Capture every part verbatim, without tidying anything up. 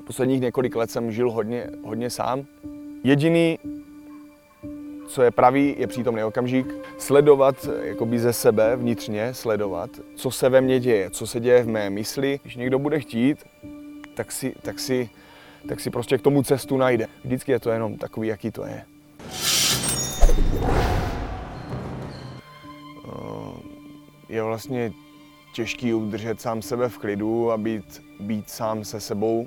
Posledních několik let jsem žil hodně, hodně sám. Jediný, co je pravý, je přítomný okamžik. Sledovat jakoby ze sebe, vnitřně sledovat, co se ve mně děje, co se děje v mé mysli. Když někdo bude chtít, tak si, tak si, tak si prostě k tomu cestu najde. Vždycky je to jenom takový, jaký to je. Je vlastně těžký udržet sám sebe v klidu a být, být sám se sebou,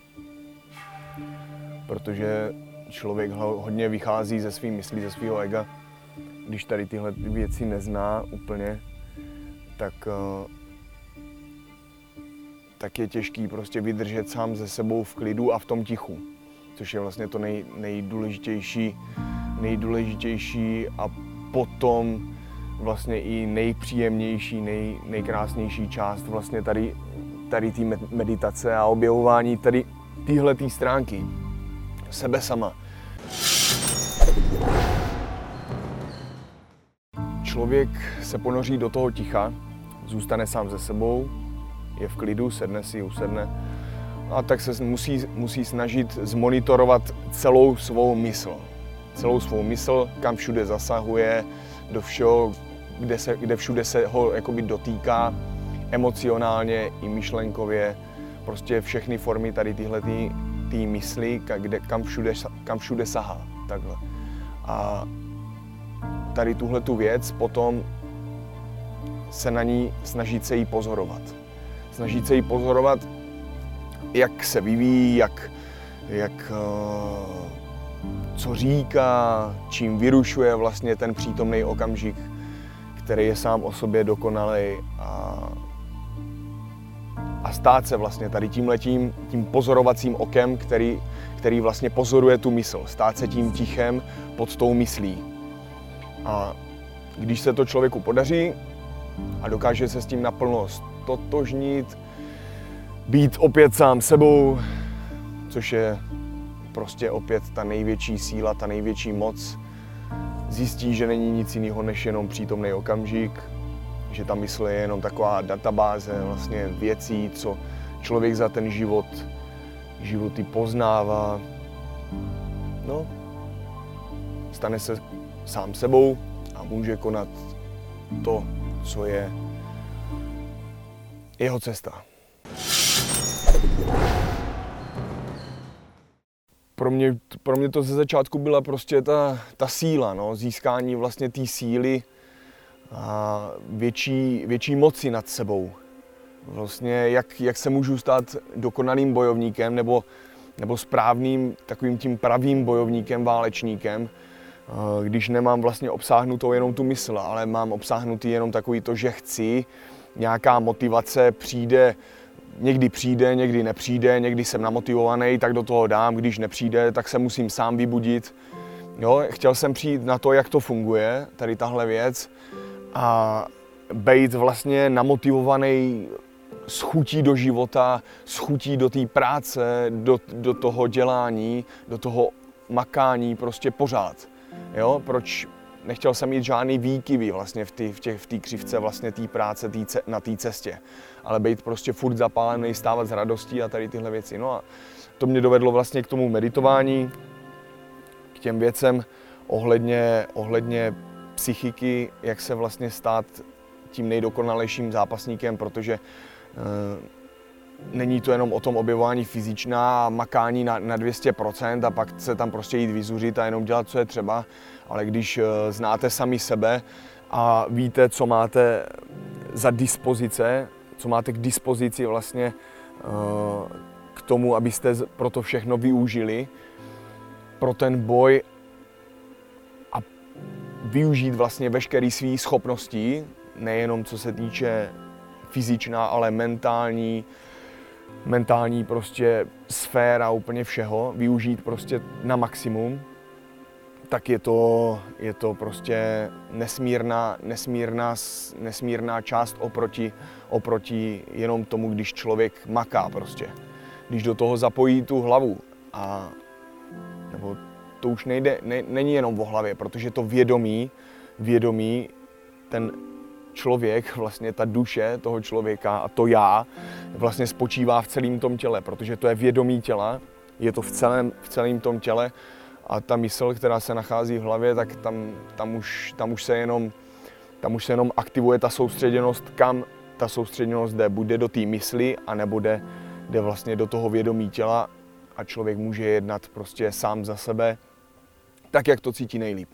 protože člověk hodně vychází ze svých myslí, ze svého ega. Když tady tyhle věci nezná úplně, tak, tak je těžký prostě vydržet sám se sebou v klidu a v tom tichu, což je vlastně to nej, nejdůležitější, nejdůležitější a potom vlastně i nejpříjemnější, nej, nejkrásnější část vlastně tady, tady té meditace a objevování tady téhletý stránky sebe sama. Člověk se ponoří do toho ticha, zůstane sám se sebou, je v klidu, sedne si, usedne a tak se musí, musí snažit zmonitorovat celou svou mysl. Celou svou mysl, kam všude zasahuje, do všeho, kde, se, kde všude se ho jakoby dotýká, emocionálně i myšlenkově, prostě všechny formy tady tyhletý té mysli, kde, kam, všude, kam všude sahá, takhle. A tady tuhletu věc potom se na ní snažit se jí pozorovat. Snažit se jí pozorovat, jak se vyvíjí, jak, jak co říká, čím vyrušuje vlastně ten přítomný okamžik, který je sám o sobě dokonalej a, a stát se vlastně tady tímhletím, tím pozorovacím okem, který, který vlastně pozoruje tu mysl. Stát se tím tichem pod tou myslí. A když se to člověku podaří a dokáže se s tím naplno stotožnit, být opět sám sebou, což je prostě opět ta největší síla, ta největší moc, zjistí, že není nic jiného než jenom přítomný okamžik, že ta mysl je jenom taková databáze vlastně věcí, co člověk za ten život, životy poznává. No, stane se sám sebou a může konat to, co je jeho cesta. Pro mě, pro mě to ze začátku byla prostě ta, ta síla, no, získání vlastně té síly a větší, větší moci nad sebou. Vlastně jak, jak se můžu stát dokonalým bojovníkem nebo, nebo správným takovým tím pravým bojovníkem, válečníkem, když nemám vlastně obsáhnutou jenom tu mysl, ale mám obsáhnutý jenom takový to, že chci, nějaká motivace přijde, někdy přijde, někdy nepřijde, někdy jsem namotivovaný, tak do toho dám, když nepřijde, tak se musím sám vybudit. Jo, chtěl jsem přijít na to, jak to funguje, tady tahle věc, a být vlastně namotivovaný s chutí do života, s chutí do té práce, do, do toho dělání, do toho makání prostě pořád. Jo, proč nechtěl jsem mít žádný výkyvy vlastně v té v těch, v té křivce vlastně té práce tý, na té cestě, ale být prostě furt zapálený, stávat s radostí a tady tyhle věci. No a to mě dovedlo vlastně k tomu meditování, k těm věcem ohledně, ohledně psychiky, jak se vlastně stát tím nejdokonalejším zápasníkem, protože e, není to jenom o tom objevování fyzičná a makání na, na dvě stě procent a pak se tam prostě jít vyzuřit a jenom dělat, co je třeba, ale když e, znáte sami sebe a víte, co máte za dispozice, co máte k dispozici vlastně e, k tomu, abyste pro to všechno využili, pro ten boj a využít vlastně veškeré své schopnosti, nejenom co se týče fyzičná, ale mentální, mentální prostě sféra úplně všeho, využít prostě na maximum, tak je to, je to prostě nesmírná, nesmírná, nesmírná část oproti, oproti jenom tomu, když člověk maká prostě. Když do toho zapojí tu hlavu a nebo to už nejde, ne, není jenom o hlavě, protože to vědomí, vědomí, ten člověk, vlastně ta duše toho člověka a to já vlastně spočívá v celém tom těle, protože to je vědomí těla je to v celém, v celém tom těle a ta mysl, která se nachází v hlavě, tak tam, tam, už, tam, už se jenom, tam už se jenom aktivuje ta soustředěnost, kam ta soustředěnost jde. Buď jde do té mysli, anebo jde, jde vlastně do toho vědomí těla a člověk může jednat prostě sám za sebe, tak, jak to cítí nejlíp.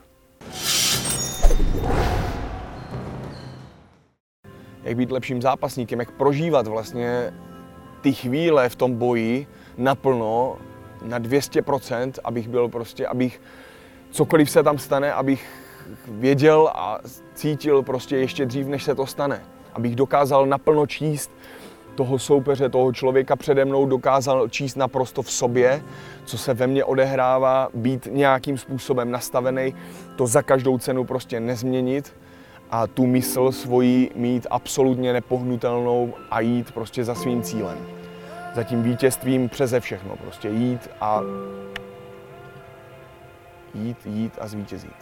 Jak být lepším zápasníkem, jak prožívat vlastně ty chvíle v tom boji naplno, na dvě stě procent, abych byl prostě, abych cokoliv se tam stane, abych věděl a cítil prostě ještě dřív, než se to stane. Abych dokázal naplno číst toho soupeře, toho člověka přede mnou, dokázal číst naprosto v sobě, co se ve mně odehrává, být nějakým způsobem nastavený, to za každou cenu prostě nezměnit a tu mysl svoji mít absolutně nepohnutelnou a jít prostě za svým cílem. Za tím vítězstvím přeze všechno, prostě jít a jít, jít a zvítězit.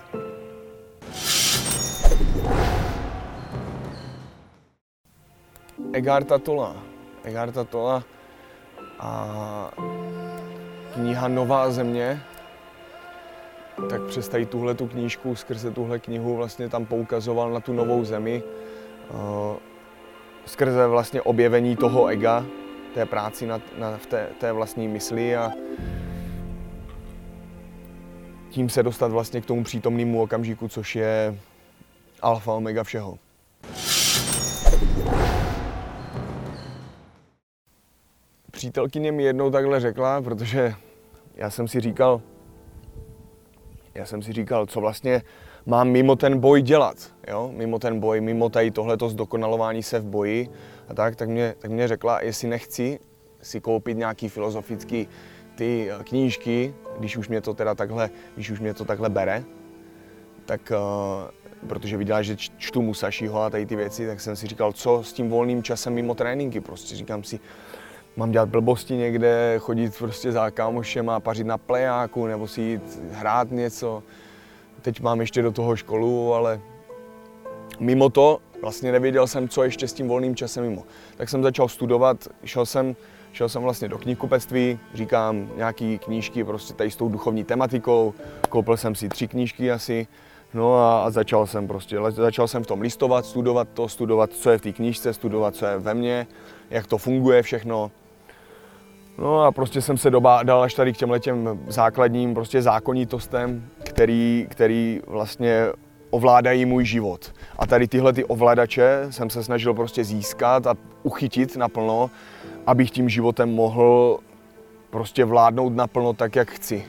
Egarta Tolla. Egarta Tolla a kniha Nová země, tak přes tady tuhletu knížku, skrze tuhle knihu vlastně tam poukazoval na tu novou zemi, skrze vlastně objevení toho ega, té práci na, na, v té, té vlastní mysli a tím se dostat vlastně k tomu přítomnému okamžiku, což je alfa omega všeho. Přítelkyně mi jednou takhle řekla, protože já jsem si říkal, já jsem si říkal, co vlastně mám mimo ten boj dělat, jo? Mimo ten boj, mimo tady tohleto zdokonalování se v boji a tak, tak mě, tak mě řekla, jestli nechci si koupit nějaký filozofický ty knížky, když už mě to teda takhle, když už mě to takhle bere, tak uh, protože viděla, že čtu Musashiho a tady ty věci, tak jsem si říkal, co s tím volným časem mimo tréninky, prostě říkám si, mám dělat blbosti někde, chodit prostě za kámošem a pařit na plejáku, nebo si jít hrát něco. Teď mám ještě do toho školu, ale mimo to vlastně nevěděl jsem, co ještě s tím volným časem mimo. Tak jsem začal studovat, šel jsem, šel jsem vlastně do knihkupectví, říkám nějaký knížky prostě tady s tou duchovní tematikou, koupil jsem si tři knížky asi, no a, a začal jsem prostě, začal jsem v tom listovat, studovat to, studovat, co je v té knížce, studovat, co je ve mně, jak to funguje všechno. No a prostě jsem se doba, dal až tady k těmhletěm základním prostě zákonitostem, který, který vlastně ovládají můj život. A tady tyhle ty ovladače jsem se snažil prostě získat a uchytit naplno, abych tím životem mohl prostě vládnout naplno tak, jak chci.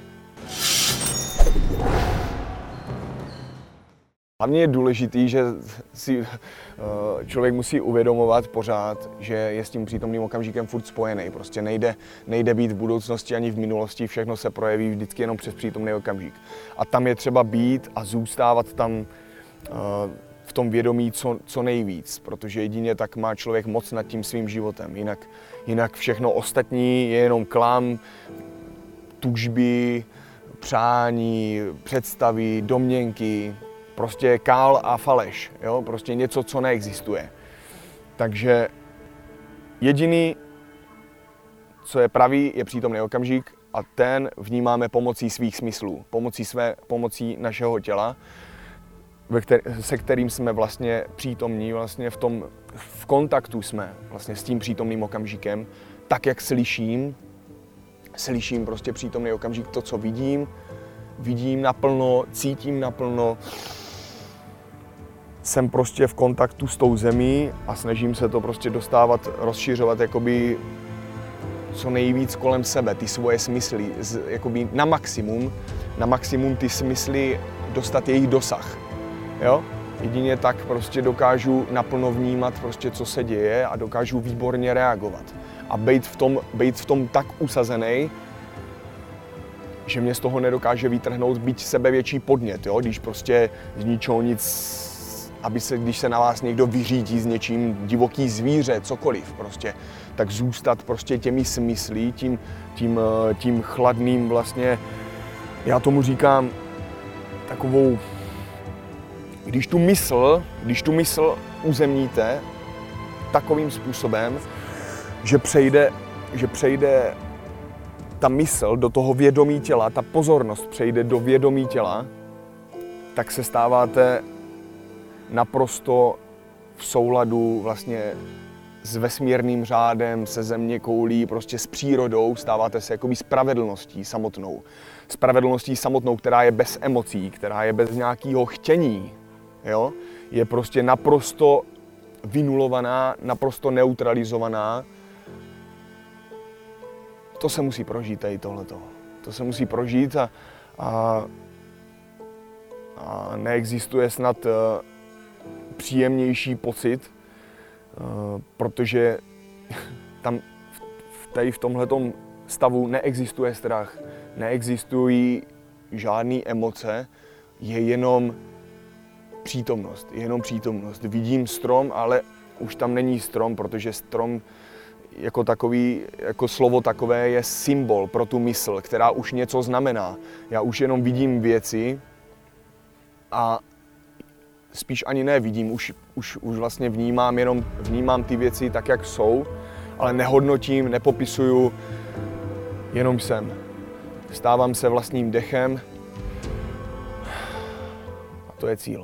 Hlavně je důležitý, že si člověk musí uvědomovat pořád, že je s tím přítomným okamžikem furt spojený. Prostě nejde, nejde být v budoucnosti ani v minulosti, všechno se projeví vždycky jenom přes přítomný okamžik. A tam je třeba být a zůstávat tam v tom vědomí co, co nejvíc, protože jedině tak má člověk moc nad tím svým životem. Jinak, jinak všechno ostatní je jenom klam, tužby, přání, představy, domněnky, prostě kál a faleš, jo? Prostě něco, co neexistuje. Takže jediný, co je pravý, je přítomný okamžik a ten vnímáme pomocí svých smyslů, pomocí, své, pomocí našeho těla, ve který, se kterým jsme vlastně přítomní, vlastně v tom, v kontaktu jsme vlastně s tím přítomným okamžikem, tak jak slyším, slyším prostě přítomný okamžik, to, co vidím, vidím naplno, cítím naplno, jsem prostě v kontaktu s tou zemí a snažím se to prostě dostávat, rozšiřovat jakoby co nejvíc kolem sebe, ty svoje smysly, jakoby na maximum, na maximum ty smysly dostat jejich dosah, jo? Jedině tak prostě dokážu naplno vnímat prostě, co se děje a dokážu výborně reagovat a být v tom, být v tom tak usazený, že mě z toho nedokáže vytrhnout byť sebevětší podnět, jo? Když prostě z ničeho nic, aby se, když se na vás někdo vyřídí s něčím, divoký zvíře, cokoliv prostě, tak zůstat prostě těmi smysly, tím, tím, tím chladným vlastně, já tomu říkám takovou, když tu mysl, když tu mysl uzemníte takovým způsobem, že přejde, že přejde ta mysl do toho vědomí těla, ta pozornost přejde do vědomí těla, tak se stáváte naprosto v souladu vlastně s vesmírným řádem, se zeměkoulí, prostě s přírodou, stáváte se jakoby spravedlností samotnou. Spravedlností samotnou, která je bez emocí, která je bez nějakého chtění, jo? Je prostě naprosto vynulovaná, naprosto neutralizovaná. To se musí prožít tady tohleto. To se musí prožít a, a, a neexistuje snad uh, příjemnější pocit, uh, protože tam v, tady v tomhletom stavu neexistuje strach, neexistují žádné emoce, je jenom přítomnost, je jenom přítomnost. Vidím strom, ale už tam není strom, protože strom jako takový, jako slovo takové je symbol pro tu mysl, která už něco znamená. Já už jenom vidím věci a spíš ani nevidím, už, už, už vlastně vnímám, jenom vnímám ty věci tak, jak jsou, ale nehodnotím, nepopisuju, jenom jsem. Stávám se vlastním dechem a to je cíl.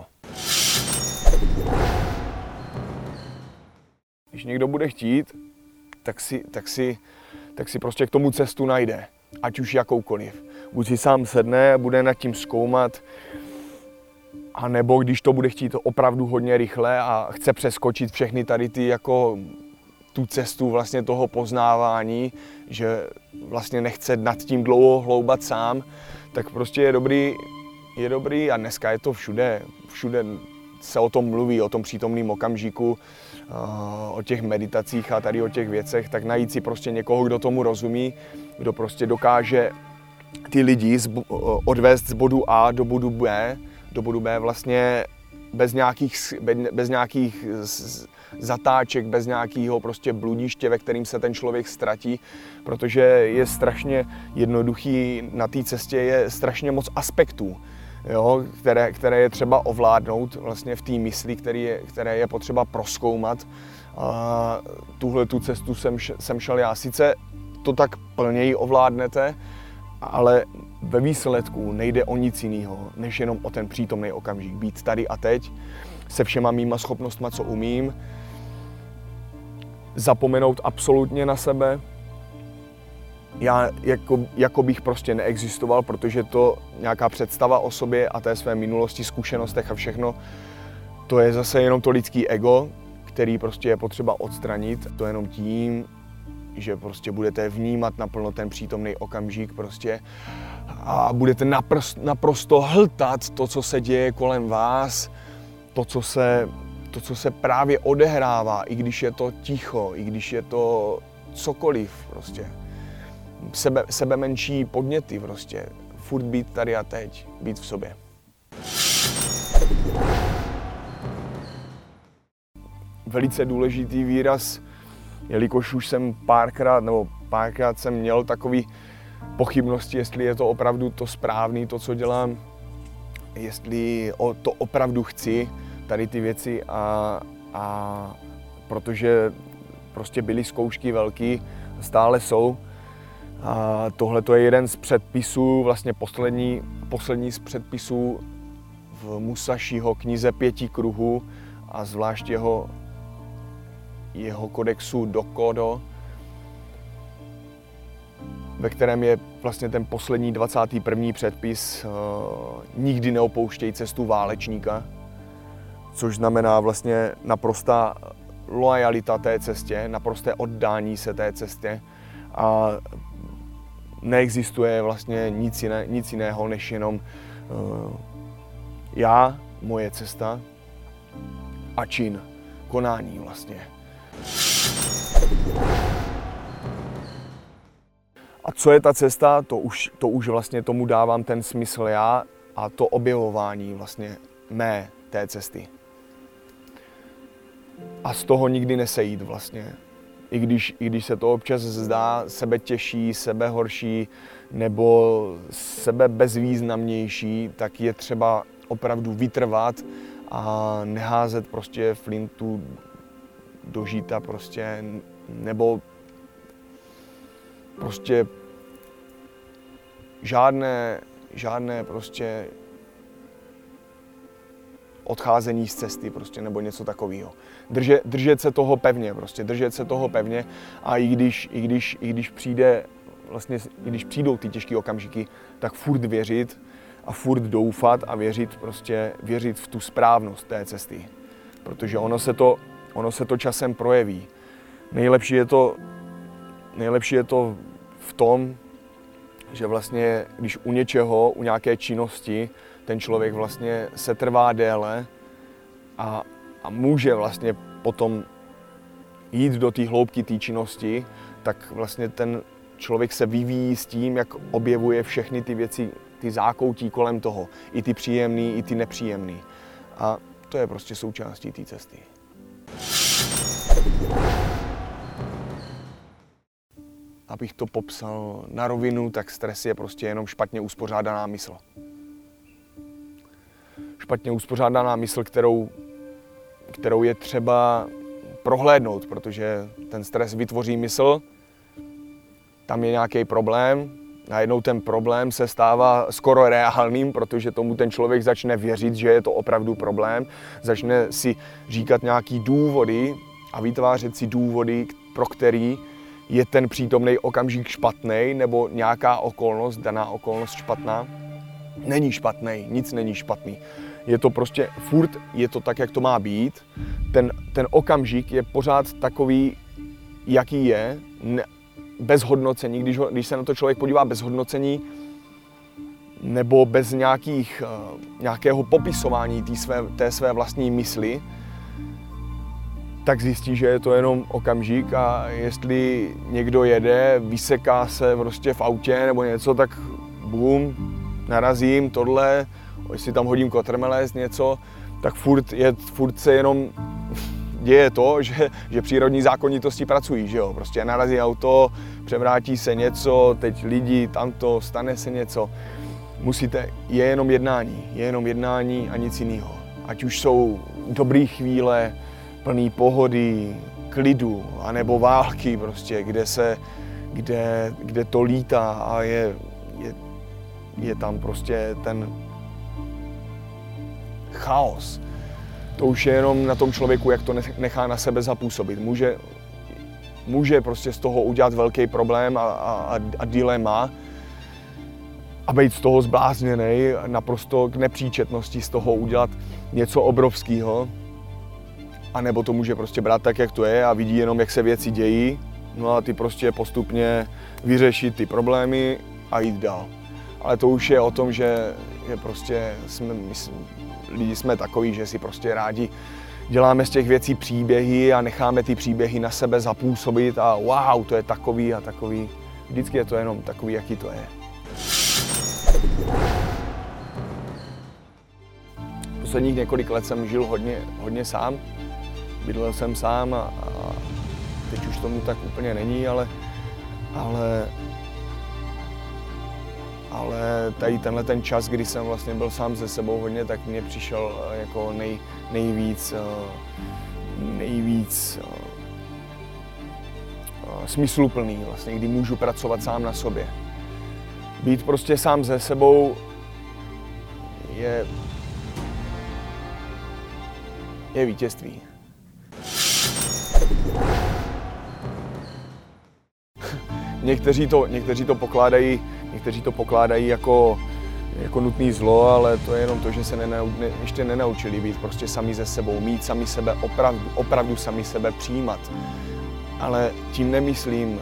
Když někdo bude chtít, tak si, tak si, tak si prostě k tomu cestu najde, ať už jakoukoliv. Buď si sám sedne, bude nad tím zkoumat, a nebo když to bude chtít opravdu hodně rychle a chce přeskočit všechny tady ty jako tu cestu vlastně toho poznávání, že vlastně nechce nad tím dlouho hloubat sám, tak prostě je dobrý, je dobrý a dneska je to všude, všude se o tom mluví, o tom přítomném okamžiku, o těch meditacích a tady o těch věcech, tak najít si prostě někoho, kdo tomu rozumí, kdo prostě dokáže ty lidi odvést z bodu A do bodu B, do bodu B vlastně bez nějakých, bez nějakých zatáček, bez nějakého prostě bludiště, ve kterým se ten člověk ztratí, protože je strašně jednoduchý, na té cestě je strašně moc aspektů, jo, které, které je třeba ovládnout vlastně v té mysli, které je, které je potřeba prozkoumat. A tuhle tu cestu jsem, jsem šel já. Sice to tak plněji ovládnete, ale ve výsledku nejde o nic jiného, než jenom o ten přítomný okamžik. Být tady a teď, se všema mýma schopnostma, co umím, zapomenout absolutně na sebe. Já jako, jako bych prostě neexistoval, protože to nějaká představa o sobě a té své minulosti, zkušenostech a všechno, to je zase jenom to lidský ego, který prostě je potřeba odstranit. To jenom tím, že prostě budete vnímat naplno ten přítomný okamžik prostě a budete naprosto, naprosto hltat to, co se děje kolem vás, to, co se, to, co se právě odehrává, i když je to ticho, i když je to cokoliv prostě. Sebe, sebe menší podněty prostě. Furt být tady a teď, být v sobě. Velice důležitý výraz, jelikož už jsem párkrát, nebo párkrát jsem měl takový pochybnosti, jestli je to opravdu to správné, to, co dělám, jestli to opravdu chci, tady ty věci a, a protože prostě byly zkoušky velký, stále jsou. A tohle je jeden z předpisů, vlastně poslední, poslední z předpisů v Musashiho knize Pěti kruhů a zvlášť jeho, jeho kodexu Dokodo, ve kterém je vlastně ten poslední dvacátý první předpis uh, nikdy neopouštěj cestu válečníka, což znamená vlastně naprostá loajalita té cestě, naprosté oddání se té cestě a neexistuje vlastně nic, jiné, nic jiného, než jenom uh, já, moje cesta a čin, konání vlastně. A co je ta cesta, to už, to už vlastně tomu dávám ten smysl já a to objevování vlastně mé té cesty. A z toho nikdy nesejít vlastně. I když, I když se to občas zdá sebe těžší, sebe horší nebo sebe bezvýznamnější, tak je třeba opravdu vytrvat a neházet prostě flintu do žíta prostě, nebo prostě žádné, žádné prostě odcházení z cesty prostě, nebo něco takového. Držet, držet se toho pevně, prostě, držet se toho pevně a i když, i když, i když přijde, vlastně, i když přijdou ty těžké okamžiky, tak furt věřit a furt doufat a věřit, prostě, věřit v tu správnost té cesty. Protože ono se to, ono se to časem projeví. Nejlepší je to, nejlepší je to v tom, že vlastně, když u něčeho, u nějaké činnosti, ten člověk vlastně se trvá déle a, a může vlastně potom jít do té hloubky té činnosti, tak vlastně ten člověk se vyvíjí s tím, jak objevuje všechny ty věci, ty zákoutí kolem toho, i ty příjemný, i ty nepříjemný. A to je prostě součástí té cesty. Abych to popsal na rovinu, tak stres je prostě jenom špatně uspořádaná mysl. Špatně uspořádaná mysl, kterou, kterou je třeba prohlédnout, protože ten stres vytvoří mysl, tam je nějaký problém, najednou ten problém se stává skoro reálným, protože tomu ten člověk začne věřit, že je to opravdu problém, začne si říkat nějaký důvody a vytvářet si důvody, pro který je ten přítomný okamžik špatný, nebo nějaká okolnost, daná okolnost špatná. Není špatný, nic není špatný. Je to prostě furt, je to tak, jak to má být. Ten, ten okamžik je pořád takový, jaký je, ne, bez hodnocení. Když, ho, když se na to člověk podívá bez hodnocení, nebo bez nějakých, nějakého popisování té své, té své vlastní mysli, tak zjistí, že je to jenom okamžik a jestli někdo jede, vyseká se prostě v autě nebo něco, tak bum, narazím tohle, jestli tam hodím kotrmelec, něco, tak furt, je, furt se jenom děje to, že, že přírodní zákonitosti pracují, že jo, prostě narazí auto, převrátí se něco, teď lidi, tamto, stane se něco. Musíte, je jenom jednání, je jenom jednání a nic jiného. Ať už jsou dobré chvíle, plný pohody, klidu, anebo války prostě, kde se, kde, kde to lítá a je, je, je tam prostě ten chaos. To už je jenom na tom člověku, jak to nechá na sebe zapůsobit. Může, může prostě z toho udělat velký problém a, a, a dilema a být z toho zblázněnej, naprosto k nepříčetnosti z toho udělat něco obrovského. A nebo to může prostě brát tak, jak to je a vidí jenom, jak se věci dějí. No a ty prostě postupně vyřešit ty problémy a jít dál. Ale to už je o tom, že, že prostě jsme, my, lidi jsme takový, že si prostě rádi děláme z těch věcí příběhy a necháme ty příběhy na sebe zapůsobit a wow, to je takový a takový. Vždycky je to jenom takový, jaký to je. Posledních několik let jsem žil hodně, hodně sám. Bydlel jsem sám a, a teď už tomu tak úplně není, ale, ale, ale tady tenhle ten čas, kdy jsem vlastně byl sám se sebou hodně, tak mně přišel jako nej, nejvíc, nejvíc smysluplný, vlastně, kdy můžu pracovat sám na sobě. Být prostě sám se sebou je, je vítězství. Někteří to, někteří to pokládají, někteří to pokládají jako, jako nutné zlo, ale to je jenom to, že se nenau, ne, ještě nenaučili být prostě sami ze sebou, mít sami sebe opravdu, opravdu sami sebe přijímat. Ale tím nemyslím,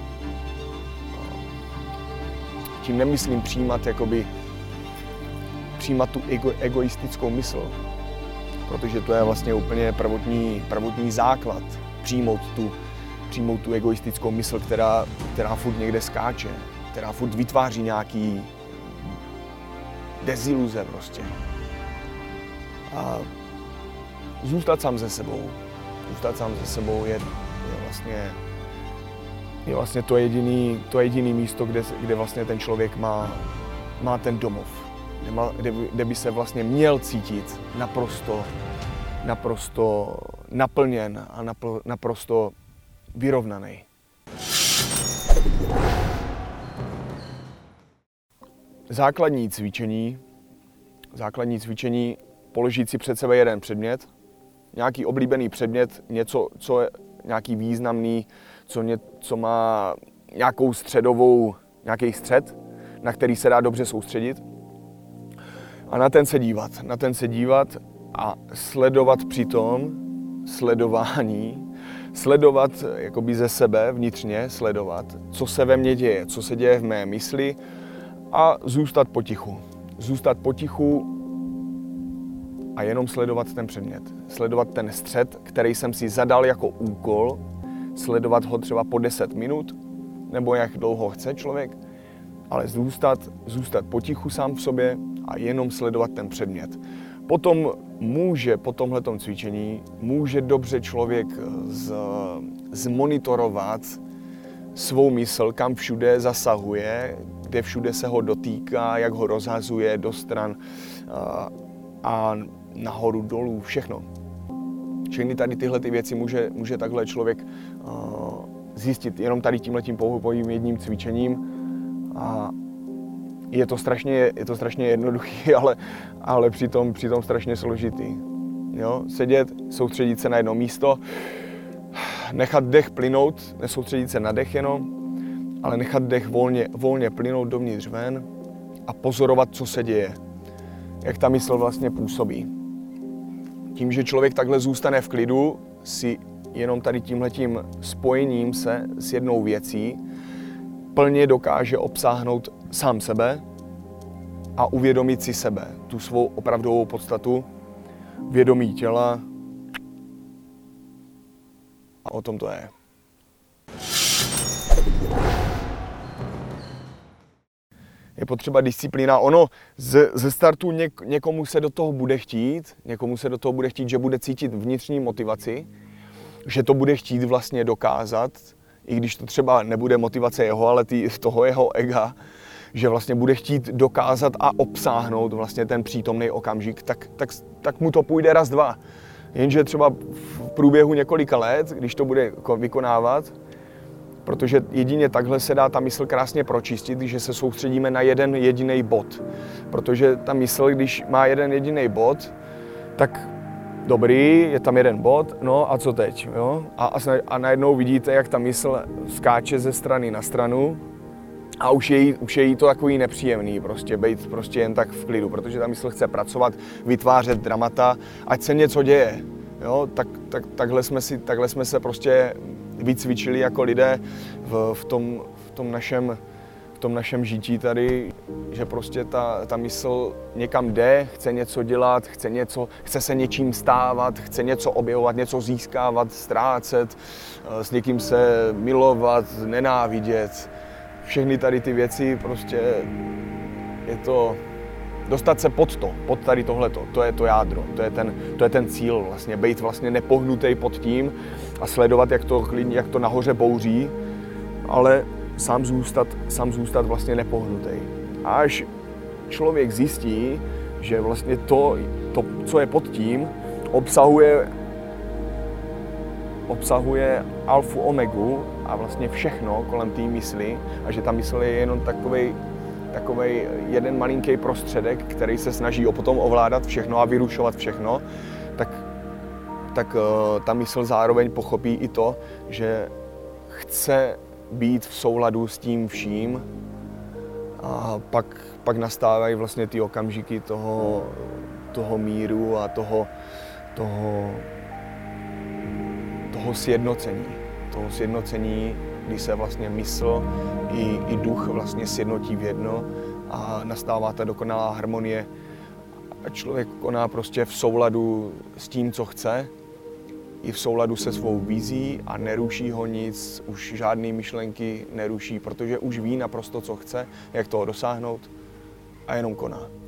tím nemyslím přijímat jakoby, přijímat tu ego, egoistickou mysl, protože to je vlastně úplně prvotní, prvotní základ, přijmout tu přijmout tu egoistickou mysl, která, která furt někde skáče, která furt vytváří nějaký deziluze prostě. A zůstat sám se sebou, zůstat sám se sebou je, je vlastně, je vlastně to jediný, to jediný místo, kde, kde vlastně ten člověk má, má ten domov, kde, má, kde, kde by se vlastně měl cítit naprosto, naprosto naplněn a napl, naprosto vyrovnaný. základní cvičení, základní cvičení, položit si před sebe jeden předmět, nějaký oblíbený předmět, něco, co je nějaký významný, co, ně, co má nějakou středovou, nějaký střed, na který se dá dobře soustředit. A na ten se dívat, na ten se dívat a sledovat přitom sledování, sledovat jakoby ze sebe vnitřně, sledovat, co se ve mně děje, co se děje v mé mysli a zůstat potichu. Zůstat potichu a jenom sledovat ten předmět. Sledovat ten střed, který jsem si zadal jako úkol, sledovat ho třeba po deset minut, nebo jak dlouho chce člověk, ale zůstat, zůstat potichu sám v sobě a jenom sledovat ten předmět. Potom může, po tomhletom cvičení, může dobře člověk z, zmonitorovat svou mysl, kam všude zasahuje, kde všude se ho dotýká, jak ho rozhazuje do stran a, a nahoru, dolů, všechno. Všechny tady tyhle ty věci může, může takhle člověk uh, zjistit jenom tady tímhletím pouhým jedním cvičením. A je to strašně, je to strašně jednoduchý, ale, ale přitom, přitom strašně složitý. Jo? Sedět, soustředit se na jedno místo, nechat dech plynout, nesoustředit se na dech jenom, ale nechat dech volně, volně plynout dovnitř ven a pozorovat, co se děje, jak ta mysl vlastně působí. Tím, že člověk takhle zůstane v klidu, si jenom tady tímhletím spojením se s jednou věcí plně dokáže obsáhnout sám sebe a uvědomit si sebe, tu svou opravdovou podstatu, vědomí těla a o tom to je. Je potřeba disciplína. Ono ze, ze startu něk, někomu se do toho bude chtít, někomu se do toho bude chtít, že bude cítit vnitřní motivaci, že to bude chtít vlastně dokázat, i když to třeba nebude motivace jeho, ale tý, toho jeho ega, že vlastně bude chtít dokázat a obsáhnout vlastně ten přítomný okamžik, tak, tak, tak mu to půjde raz, dva. Jenže třeba v průběhu několika let, když to bude vykonávat, protože jedině takhle se dá ta mysl krásně pročistit, že se soustředíme na jeden jediný bod. Protože ta mysl, když má jeden jediný bod, tak dobrý, je tam jeden bod, no a co teď? Jo? A, a najednou vidíte, jak ta mysl skáče ze strany na stranu a už je jí, už je jí to takový nepříjemný, prostě být prostě jen tak v klidu, protože ta mysl chce pracovat, vytvářet dramata, ať se něco děje. Jo? Tak, tak, takhle, jsme si, takhle jsme se prostě vycvičili jako lidé v, v, tom, v, tom našem, v tom našem žití tady, že prostě ta, ta mysl někam jde, chce něco dělat, chce, něco, chce se něčím stávat, chce něco objevovat, něco získávat, ztrácet, s někým se milovat, nenávidět. Všechny tady ty věci prostě je to dostat se pod to, pod tady tohleto, to je to jádro, to je ten, to je ten cíl vlastně, být vlastně nepohnutý pod tím a sledovat, jak to, jak to nahoře bouří, ale sám zůstat, sám zůstat vlastně nepohnutý. A až člověk zjistí, že vlastně to, to co je pod tím, obsahuje, obsahuje alfu omegu a vlastně všechno kolem té mysli a že ta mysl je jenom takovej, takovej jeden malinký prostředek, který se snaží o potom ovládat všechno a vyrušovat všechno, tak, tak uh, ta mysl zároveň pochopí i to, že chce být v souladu s tím vším a pak, pak nastávají vlastně ty okamžiky toho, toho míru a toho, toho, toho sjednocení. Toho sjednocení, kdy se vlastně mysl i, i duch vlastně sjednotí v jedno a nastává ta dokonalá harmonie a člověk koná prostě v souladu s tím, co chce, i v souladu se svou vizí a neruší ho nic, už žádný myšlenky neruší, protože už ví naprosto, co chce, jak toho dosáhnout a jenom koná.